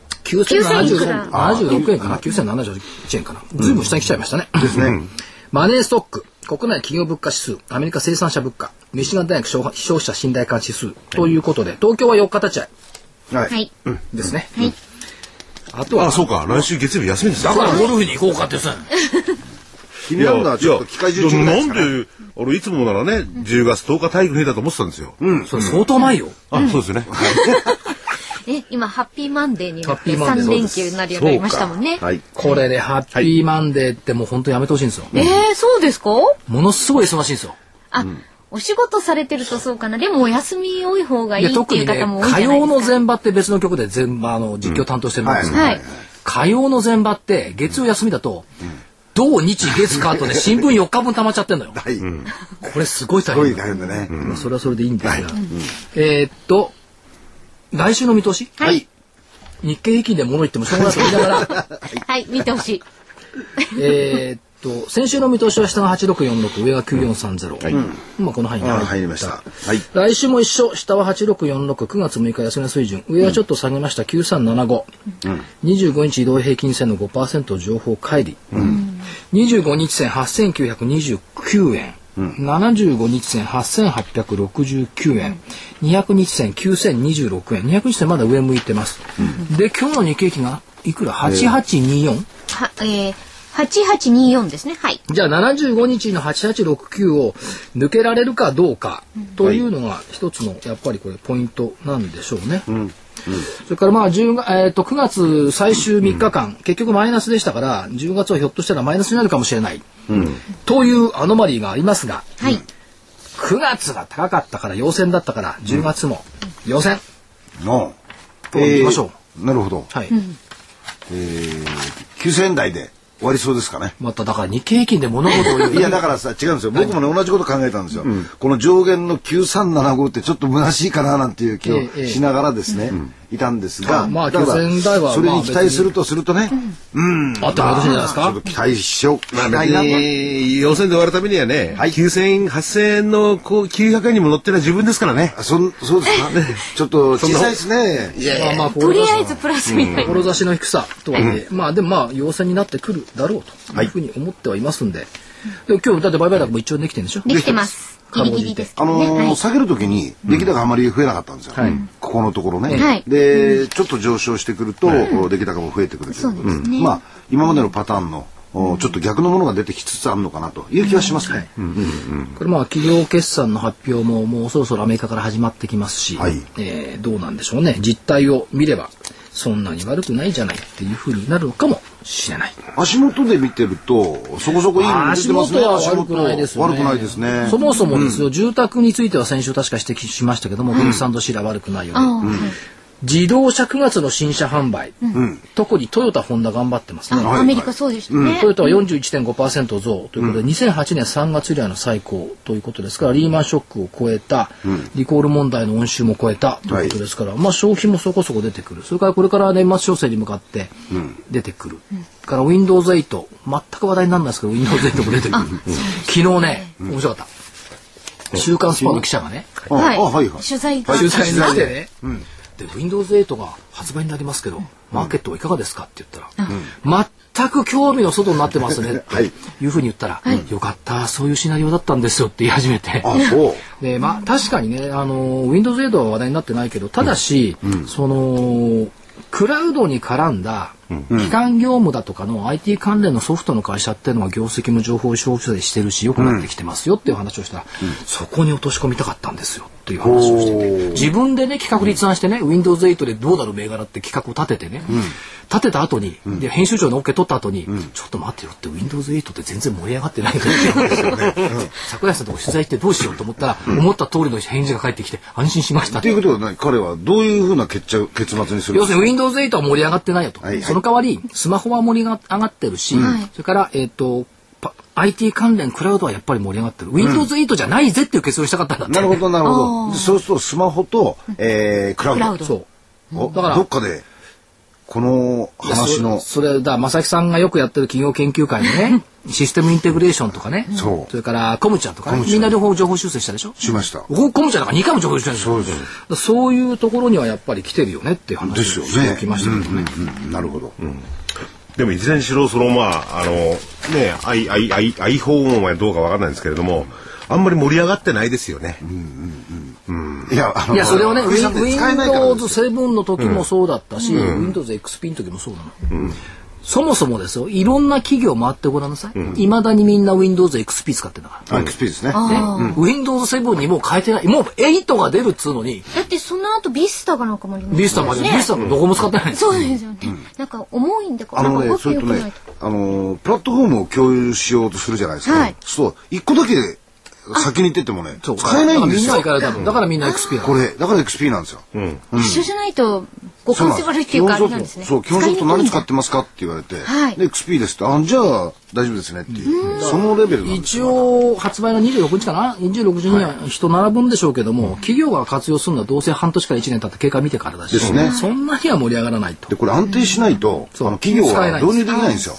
？9076円かな、9071円かな。ずいぶん下に来ちゃいましたね。 ですね。 マネーストック、国内企業物価指数、アメリカ生産者物価、ミシガン大学消費者信頼感指数ということで、東京は4日立ち会い。 はい。 ですね。 はい。 あとは、 そうか、来週月曜日休みですだからゴルフに行こうかってさ。 気になるのはちょっと機械重視なんで、俺いつもならね、10月10日体育の日だと思ってたんですよ。 それ相当前よ。 そうですね。 今ハッピーマンデーになって3連休になるようになりましたもんね。 これでハッピーマンデーってもう本当やめてほしいんですよ。 そうですか？ ものすごい忙しいんですよ。 お仕事されてるとそうかな。でもお休み多い方がいいっていう方も多いじゃないですか。 火曜の前場って別の局で実況担当してるんですけど、火曜の前場って月曜休みだと、土日月火とね新聞4日分溜まっちゃってんのよ。これすごい大変。 すごい大変だね。 それはそれでいいんですが、来週の見通し？ はい。 日経平均で物言ってもしょうがないと言いながら、 はい、見てほしい。 先週の見通しは下が8646、上が9430。まあこの範囲に入りました。 来週も一緒、下は8646、9月6日安値水準、上はちょっと下げました9375。25日移動平均線の 5% 情報乖離。25日線8929円。75日線8869円、200日線9026円、200日線まだ上向いてます。で、今日の日経平均がいくら ?8824？ 8824ですね。はい。 じゃあ75日の8869を抜けられるかどうかというのが一つのやっぱりこれポイントなんでしょうね。それから9月最終3日間、結局マイナスでしたから10月はひょっとしたらマイナスになるかもしれない、というアノマリーがありますが、9月が高かったから陽線だったから10月も陽線と言いましょう。なるほど。9000円台で終わりそうですかね。 まただから日経平均で物事を言う。 いやだからさ違うんですよ。僕もね同じこと考えたんですよ。この上限の9375ってちょっと虚しいかななんていう気をしながらですね、いたんですが、 まあ9000円台はそれに期待するとね、 あってもよろしいんじゃないですか。 ちょっと期待しよう。 予選で終わるためにはね、9000円8000円の900円にも乗ってるのは自分ですからね。 そうですか。ちょっと小さいですね。 とりあえずプラスみたいな。 志の低さとはいえ、でも陽線になってくるだろうというふうに思ってはいますんで、今日だって売買高も一応できてるんでしょ。 できてます。ギリギリですね。 下げるときに出来高あまり増えなかったんですよ。ここのところね。でちょっと上昇してくると出来高も増えてくるということで、まあ今までのパターンのちょっと逆のものが出てきつつあるのかなという気はしますね。 これ企業決算の発表ももうそろそろアメリカから始まってきますし、どうなんでしょうね。実態を見ればそんなに悪くないじゃないっていうふうになるのかもしれない。 足元で見てるとそこそこいいの出てますね。 足元は悪くないですよね。 悪くないですね。 そもそもですよ、住宅については先週確か指摘しましたけども、分散とシラ悪くないよね。自動車9月の新車販売、特にトヨタホンダ頑張ってますね。 アメリカそうでしたね。 トヨタは 41.5% 増ということで、2008年3月以来の最高ということですから、リーマンショックを超えた、リコール問題の恩恵も超えたということですから、消費もそこそこ出てくる。それからこれから年末商戦に向かって出てくる。から Windows 8、全く話題にならないですけど Windows 8も出てくる。昨日ね、面白かった。週刊スパの記者がね、 取材に来てね、で Windows 8が発売になりますけど、マーケットはいかがですかって言ったら、全く興味の外になってますねっていうふうに言ったら、よかったそういうシナリオだったんですよって言い始めて、で確かにねWindows 8は話題になってないけど、ただし、そのクラウドに絡んだ基幹業務だとかの IT 関連のソフトの会社っていうのは業績も情報消費してるし良くなってきてますよっていう話をしたら、そこに落とし込みたかったんですよっていう話をしてて、自分でね企画立案してね Windows 8でどうなる銘柄って企画を立ててね、立てた後に、で編集長の OK 取った後に、ちょっと待ってよって Windows 8って全然盛り上がってないからって言うんですよね。桜井さんとこ取材してどうしようと思ったら、思った通りの返事が返ってきて安心しましたっていうことは彼はどういうふうな結末にするんですか。 要するに Windows 8は盛り上がってないよと、その代わりスマホは盛り上がってるし、それからIT 関連クラウドはやっぱり盛り上がってる。Windows 8じゃないぜっていう結論したかったんだって。 なるほどなるほど。そうするとスマホとクラウド。 そう。 だからどっかでこの話のそれだ正木さんがよくやってる企業研究会のねシステムインテグレーションとかね、それからコムチャとかね、みんな両方情報修正したでしょ。 しました。 コムチャなんか2回も情報修正したでしょ。そういうところにはやっぱり来てるよねっていう話をしてきましたけどね。 なるほど。 でもいずれにしろそのiPhone はどうかわかんないんですけれども、あんまり盛り上がってないですよね。 いやそれはね Windows 7の時もそうだったし、Windows XP の時もそうなの。そもそもですよ、いろんな企業回ってごらんなさい。未だにみんな Windows XP 使ってんだから。 XP ですね。 Windows 7にもう変えてない。もう8が出るっつうのに。 だってその後ビスタがなんかもありますね。 ビスタもどこも使ってない。 そうですよね。なんか重いんでそれとね、プラットフォームを共有しようとするじゃないですか。そう一個だけ先に言っててもね、使えないんですよ。 だからみんな XP これだから XP なんですよ。 一緒じゃないと互換性悪いっていうかあれなんですね。 そう、基本ソフト何使ってますかって言われて、で XP ですって、じゃあ大丈夫ですねっていうそのレベルなんですよ。 一応発売が26日かな、26日には人並ぶんでしょうけども、企業が活用するのはどうせ半年から1年経って経過見てからだし、そんなには盛り上がらないと。 でこれ安定しないと企業は導入できないんですよ。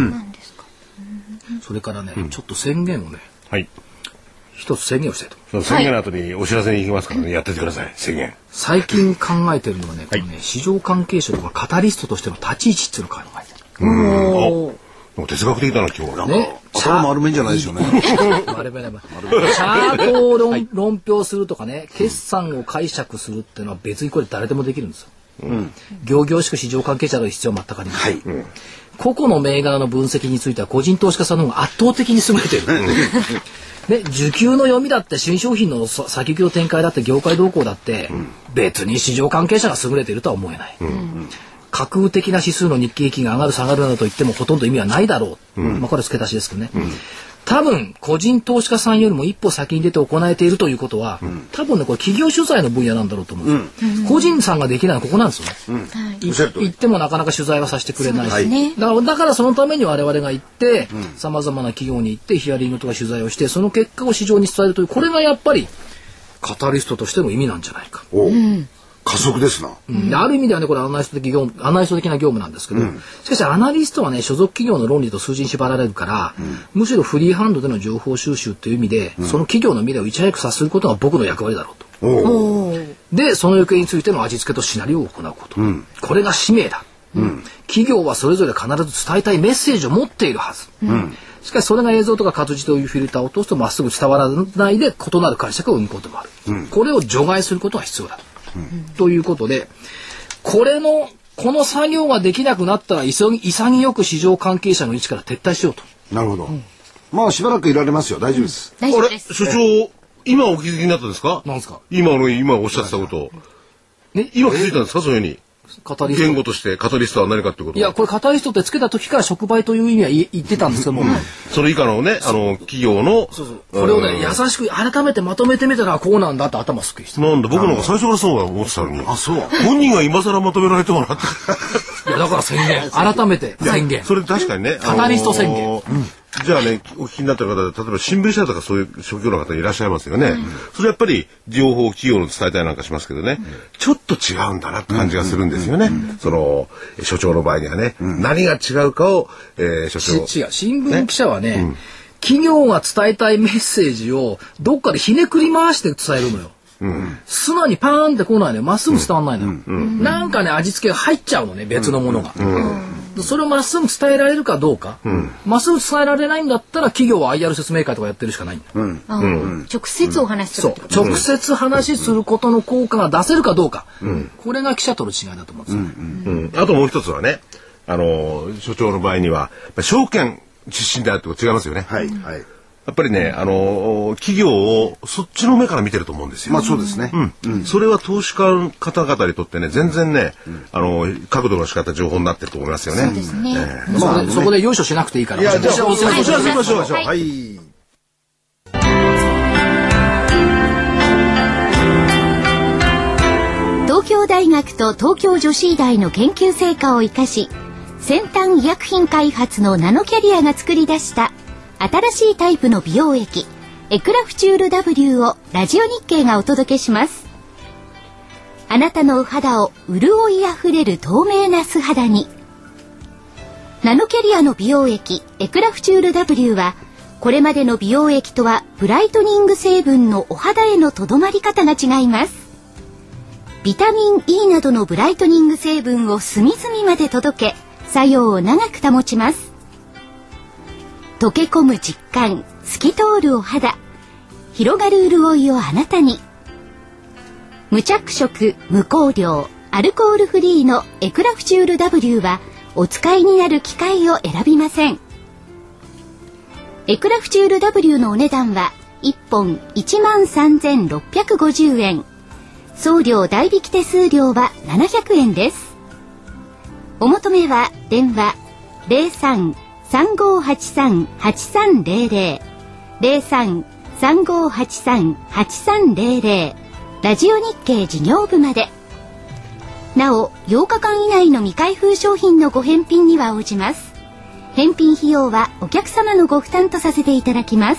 それからね、ちょっと宣言をね、一つ宣言をしたいと。 宣言の後にお知らせに行きますからね、やっててください。宣言。 最近考えてるのはね、このね、市場関係者とかカタリストとしての立ち位置っていうのを考えてる。 哲学的だな今日は。 ね、頭丸めんじゃないですよね。 丸めチャートを論評するとかね、決算を解釈するっていうのは別にこれ誰でもできるんですよ。仰々しく市場関係者の必要は全くありません。個々の銘柄の分析については個人投資家さんの方が圧倒的に優れている。需給の読みだって新商品の先行きの展開だって業界動向だって、別に市場関係者が優れているとは思えない。架空的な指数の日経平均が上がる下がるなどと言ってもほとんど意味はないだろう。これは付け足しですけどね。多分個人投資家さんよりも一歩先に出て行えているということは、多分ねこれ企業取材の分野なんだろうと思う。個人さんができないのはここなんですよね。行ってもなかなか取材はさせてくれないし、だからそのために我々が行ってさまざまな企業に行ってヒアリングとか取材をして、その結果を市場に伝えるという、これがやっぱりカタリストとしての意味なんじゃないか。 加速ですな。 ある意味ではね、これアナリスト的な業務なんですけど、しかしアナリストはね、所属企業の論理と数字に縛られるから、むしろフリーハンドでの情報収集という意味で、その企業の未来をいち早く察することが僕の役割だろうと。で、その行方についての味付けとシナリオを行うこと。これが使命だ。企業はそれぞれ必ず伝えたいメッセージを持っているはず。しかしそれが映像とか活字というフィルターを通すとまっすぐ伝わらないで異なる解釈を生むこともある。これを除外することが必要だ。ということで、この作業ができなくなったら潔く市場関係者の位置から撤退しようと。 なるほど。まあしばらくいられますよ。大丈夫です。 大丈夫です。 所長、今お気づきになったんですか？ なんですか？ 今おっしゃってたことを。今気づいたんですか？そういうふうに。言語としてカタリストは何かってこと？ いや、これカタリストってつけた時から触媒という意味は言ってたんですけども、 それ以下のね、企業のこれをね、優しく改めてまとめてみたらこうなんだって頭すっきりした。 なんだ、僕なんか最初からそうは思ってたのに。 そう。 本人が今更まとめられてもらって。 いや、だから宣言。改めて宣言。 それ確かにね。 カタリスト宣言。 じゃあね、お聞きになった方で、例えば新聞社とかそういう職業の方いらっしゃいますよね。それやっぱり情報を企業の伝えたりなんかしますけどね、ちょっと違うんだなって感じがするんですよね。その所長の場合にはね、何が違うかを、所長。 違う。新聞記者はね、企業が伝えたいメッセージをどっかでひねくり回して伝えるのよ。素直にパーンって来ないのよ。まっすぐ伝わんないのよ。なんかね、味付けが入っちゃうのね、別のものが。それをまっすぐ伝えられるかどうか。まっすぐ伝えられないんだったら企業は IR 説明会とかやってるしかないんだ。 直接お話しする。 そう。直接話することの効果が出せるかどうか。これが記者との違いだと思うんですよ。 あともう一つはね、所長の場合には証券出身であるってこと違いますよね。やっぱりね、企業をそっちの目から見てると思うんですよ。 まあそうですね。 それは投資家の方々にとってね、全然ね、角度の仕方情報になってると思いますよね。 そうですね。 そこでよいしょしなくていいから。 いや、じゃあお知らせしましょう。 はい。 東京大学と東京女子医大の研究成果を生かし、 先端医薬品開発のナノキャリアが作り出した新しいタイプの美容液エクラフチュール W をラジオ日経がお届けします。あなたのお肌を潤いあふれる透明な素肌に。ナノキャリアの美容液エクラフチュール W はこれまでの美容液とはブライトニング成分のお肌へのとどまり方が違います。ビタミン E などのブライトニング成分を隅々まで届け作用を長く保ちます。溶け込む実感、透き通るお肌、広がる潤いをあなたに。無着色、無香料、アルコールフリーのエクラフチュール W はお使いになる機械を選びません。エクラフチュール W のお値段は1本 13,650 円。送料代引き手数料は700円です。お求めは電話 03-3583-8300 03-3583-8300 ラジオ日経事業部まで。なお8日間以内の未開封商品のご返品には応じます。返品費用はお客様のご負担とさせていただきます。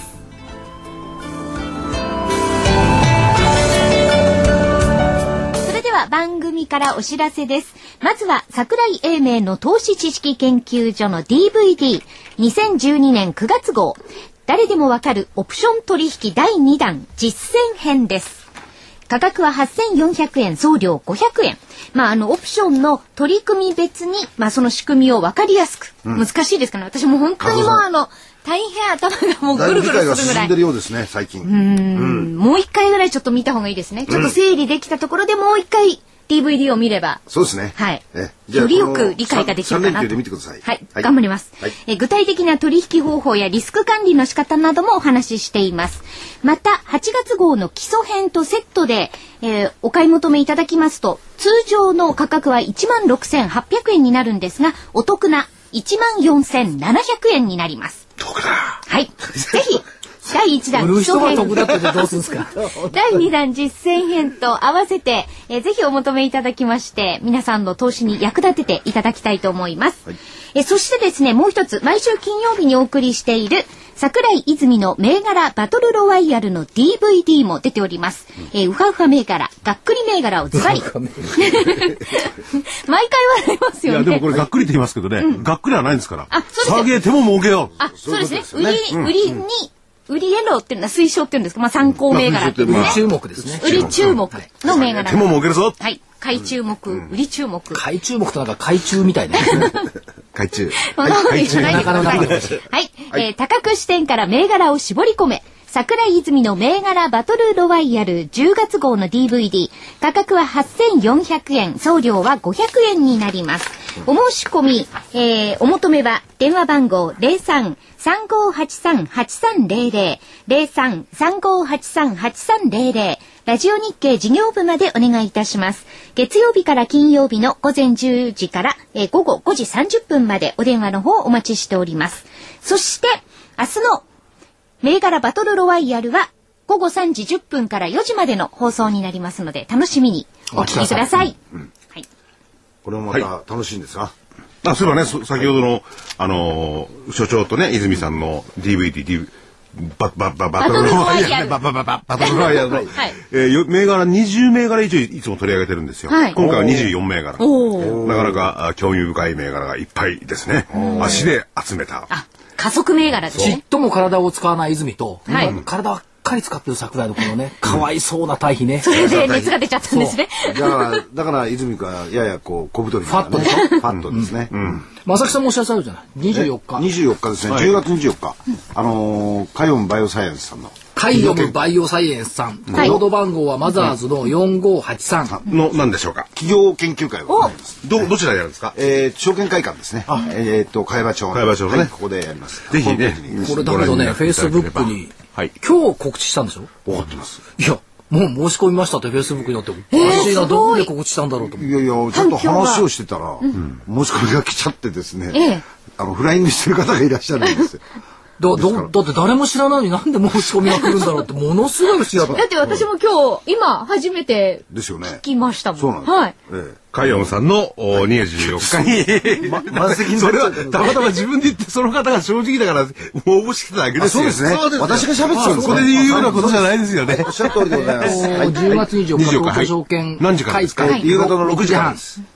それでは番組からお知らせです。まずは桜井英明の投資知識研究所の DVD 2012年9月号、誰でもわかるオプション取引第2弾実践編です。価格は8400円、送料500円。オプションの取り組み別に、その仕組みを分かりやすく、難しいですかね。私も本当に大変頭がもうぐるぐるするぐらい。だいぶ理解が進んでるようですね、最近。もう一回ぐらいちょっと見た方がいいですね。ちょっと整理できたところでもう一回 DVD を見れば。そうですね。はい。よりよく理解ができるかなと。3連休で見てください。はい。頑張ります。具体的な取引方法やリスク管理の仕方などもお話ししています。また、8月号の基礎編とセットで、お買い求めいただきますと、通常の価格は 16,800 円になるんですが、お得な 14,700 円になります。 得だ。 はい。ぜひ。第1弾基礎編第2弾実践編と合わせて、ぜひお求めいただきまして皆さんの投資に役立てていただきたいと思います、そしてですね、もう一つ毎週金曜日にお送りしている桜井泉の銘柄バトルロワイヤルの DVD も出ております、ウハウハ銘柄、がっくり銘柄をズバリ毎回笑いますよね。 いやでもこれがっくりって言いますけどね、がっくりはないんですから。下げても儲けよう。 そうですね。売りに売りへのっていうのは推奨っていうんですか、参考銘柄っていうね。 売り注目ですね。 売り注目の銘柄。 でも儲けるぞ。 はい。買い注目、売り注目。 買い注目となんか買い中みたいな。 買い中。 買い中。はい。多角視点から銘柄を絞り込め。桜井泉の銘柄バトルロワイヤル10月号の DVD。価格は8400円、送料は500円になります。お申し込み、お求めは電話番号 03-3583-8300 03-3583-8300 ラジオ日経事業部までお願いいたします。月曜日から金曜日の午前10時から、午後5時30分までお電話の方お待ちしております。そして明日の銘柄バトルロワイヤルは午後3時10分から4時までの放送になりますので楽しみにお聞きください。 これもまた楽しいんですか。 そういえばね、先ほどの所長とね、泉さんの DVD バトルロワイヤルの銘柄20銘柄以上いつも取り上げてるんですよ。今回は24銘柄。なかなか興味深い銘柄がいっぱいですね。足で集めた。 加速銘柄ですね。 ちっとも体を使わない泉と、体ばっかり使ってる桜井のこのね、かわいそうな対比ね。 それで熱が出ちゃったんですね。 だから泉君はやや小太り、 ファットでしょ。 ファットですね。 正木さんもお知らせあるじゃない。24日。 24日ですね。10月24日。カイオムバイオサイエンスさんの。 カイオムバイオサイエンスさん。コード番号はマザーズの4583 の何でしょうか。 企業研究会を行います。 どちらでやるんですか。 証券会館ですね。茅場町。 茅場町ね。 ここでやります。 ぜひね。 これだけどね、フェイスブックに今日告知したんでしょ。 分かってます。 いや。もう申し込みましたってフェイスブックになっておかしいな、どこで告知したんだろうと思って。 いやちょっと話をしてたら、申し込みが来ちゃってですね、フライングしてる方がいらっしゃるんですよ。 だって誰も知らないのになんで申し込みが来るんだろうってものすごい不思議だった。 だって私も今初めて聞きましたもん。 そうなんです。 はい。 カイオンさんの2月14日に満席にそれはたまたま自分で言ってその方が正直だから応募してただけですよ。 そうですね。私が喋ってたんですこれで言うようなことじゃないですよね。 おっしゃる通りでございます。 10月24日東京証券何時からですか？ 夕方の6時半です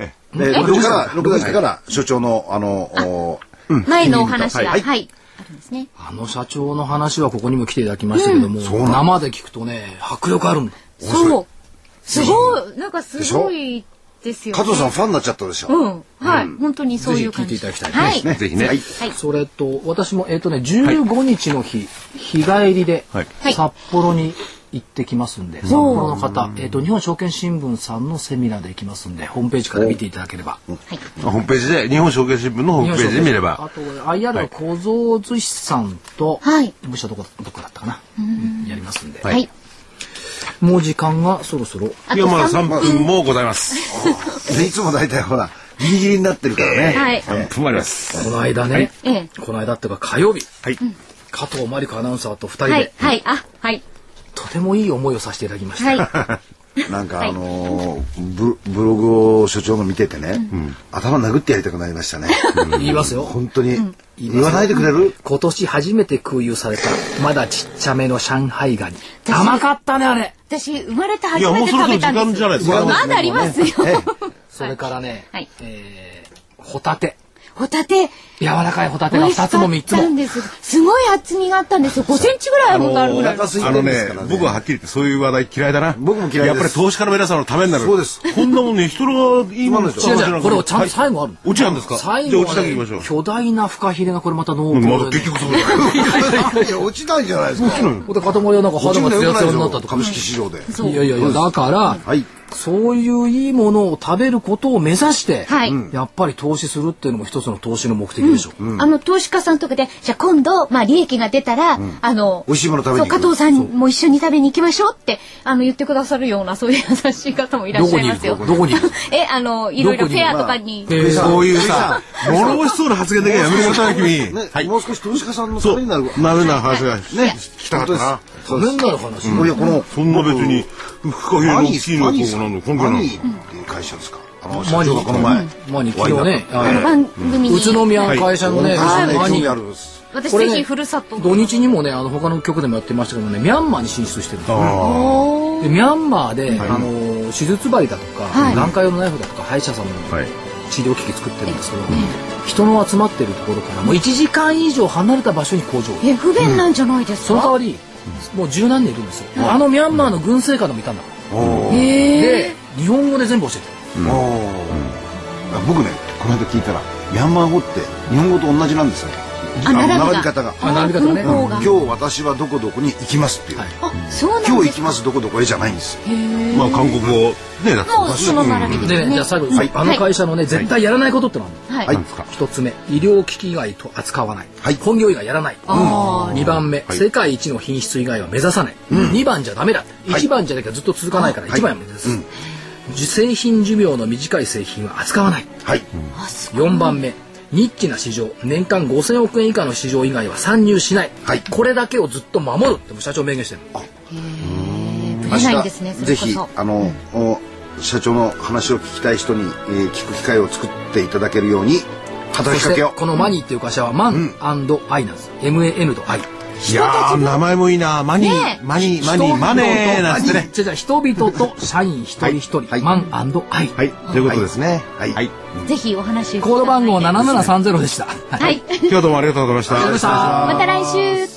。6時から所長の前のお話がはい。 社長の話はここにも来ていただきましたけども、生で聞くとね迫力あるんだ。 そう。すごいなんかすごいですよね。 加藤さんファンになっちゃったでしょ。 はい。本当にそういう感じ。 ぜひ聞いていただきたいですね。 ぜひね。 それと私も15日の日帰りで札幌に行ってきますんで、札幌の方日本証券新聞さんのセミナーで行きますんでホームページから見ていただければ。 ホームページで日本証券新聞のホームページで見れば。 あと IR の小僧寿司さんと部署どこだったかなやりますんで。はい。もう時間がそろそろ。 いやまだ3分もございます。 いつも大体ほらギリギリになってるからね。 はい。 3分もあります。 この間ね。この間っていうか火曜日。はい。加藤真理子アナウンサーと2人で。 はい。はい。 とてもいい思いをさせていただきました。 なんかブログを所長の見ててね、頭殴ってやりたくなりましたね。 言いますよ。 本当に言わないでくれる？ 今年初めて空輸されたまだちっちゃめの上海ガニ。甘かったねあれ。 私生まれて初めて食べたんです。 いやもうそろそろ時間じゃないですか。 まだありますよ。 それからね、ホタテ。柔らかいホタテが2つも3つも。 すごい厚みがあったんですよ。5センチぐらいあるぐらい。 僕ははっきり言ってそういう話題嫌いだな。 僕も嫌いです。 やっぱり投資家の皆さんのためになる。 そうです。 こんなもんね、人がいいものですよ。これちゃんと最後ある。 落ちなんですか？ 最後はね、 巨大なフカヒレがこれまた濃厚で。 まだ結局そうだ。 いや落ちないじゃないですか。 で塊はなんか肌がツヤツヤになったと株式市場で。 いやだからそういういいものを食べることを目指して、やっぱり投資するっていうのも一つの投資の目的でしょ。 投資家さんとかでじゃあ今度利益が出たら美味しいもの食べに加藤さんも一緒に食べに行きましょうって言ってくださるようなそういう優しい方もいらっしゃいますよ。 どこにいる？ いろいろフェアとかに。 そういうさ物欲しそうな発言だけはやめてください君。 もう少し投資家さんのためになる話が聞きたかったな。 ためになる話。 いやこのそんな別にフカヒレの大きいのはこうなの関係ない。 っていう会社ですか。社長がこの前昨日ね番組に宇都宮の会社のね私ぜひふるさと土日にもね他の局でもやってましたけどねミャンマーに進出してるんですよ。でミャンマーで手術針だとか眼科用のナイフだとか歯医者さんの治療機器作ってるんですけど人の集まってるところからもう1時間以上離れた場所に工場不便なんじゃないですか。 その代わりもう十何年いるんですよ。ミャンマーの軍政下でもいたんだから。で日本語で全部教えてる。 僕ねこの間聞いたらミャンマー語って日本語と同じなんですよ。並び方が。 並び方ね。 今日私はどこどこに行きますっていう。今日行きますどこどこへじゃないんですよ。 韓国語ねだとその並びでね。じゃあ最後の会社のね絶対やらないことってのは一つ目医療機器以外と扱わない。本業以外やらない。2番目世界一の品質以外は目指さない。2番じゃダメだ。1番じゃなきゃずっと続かないから1番は目指す。製品寿命の短い製品は扱わない。4番目ニッチな市場年間5000億円以下の市場以外は参入しない。これだけをずっと守るって社長明言してる。 明日ぜひ社長の話を聞きたい人に聞く機会を作っていただけるように働きかけよう。 このマニーっていう会社はマン&アイなんです。MAN と I。 いやー名前もいいな。マネーなんてね。 じゃあ人々と社員一人一人マン&アイ。 ということですね。 ぜひお話。 コード番号7730でした。 はい。 今日どうもありがとうございました。 また来週。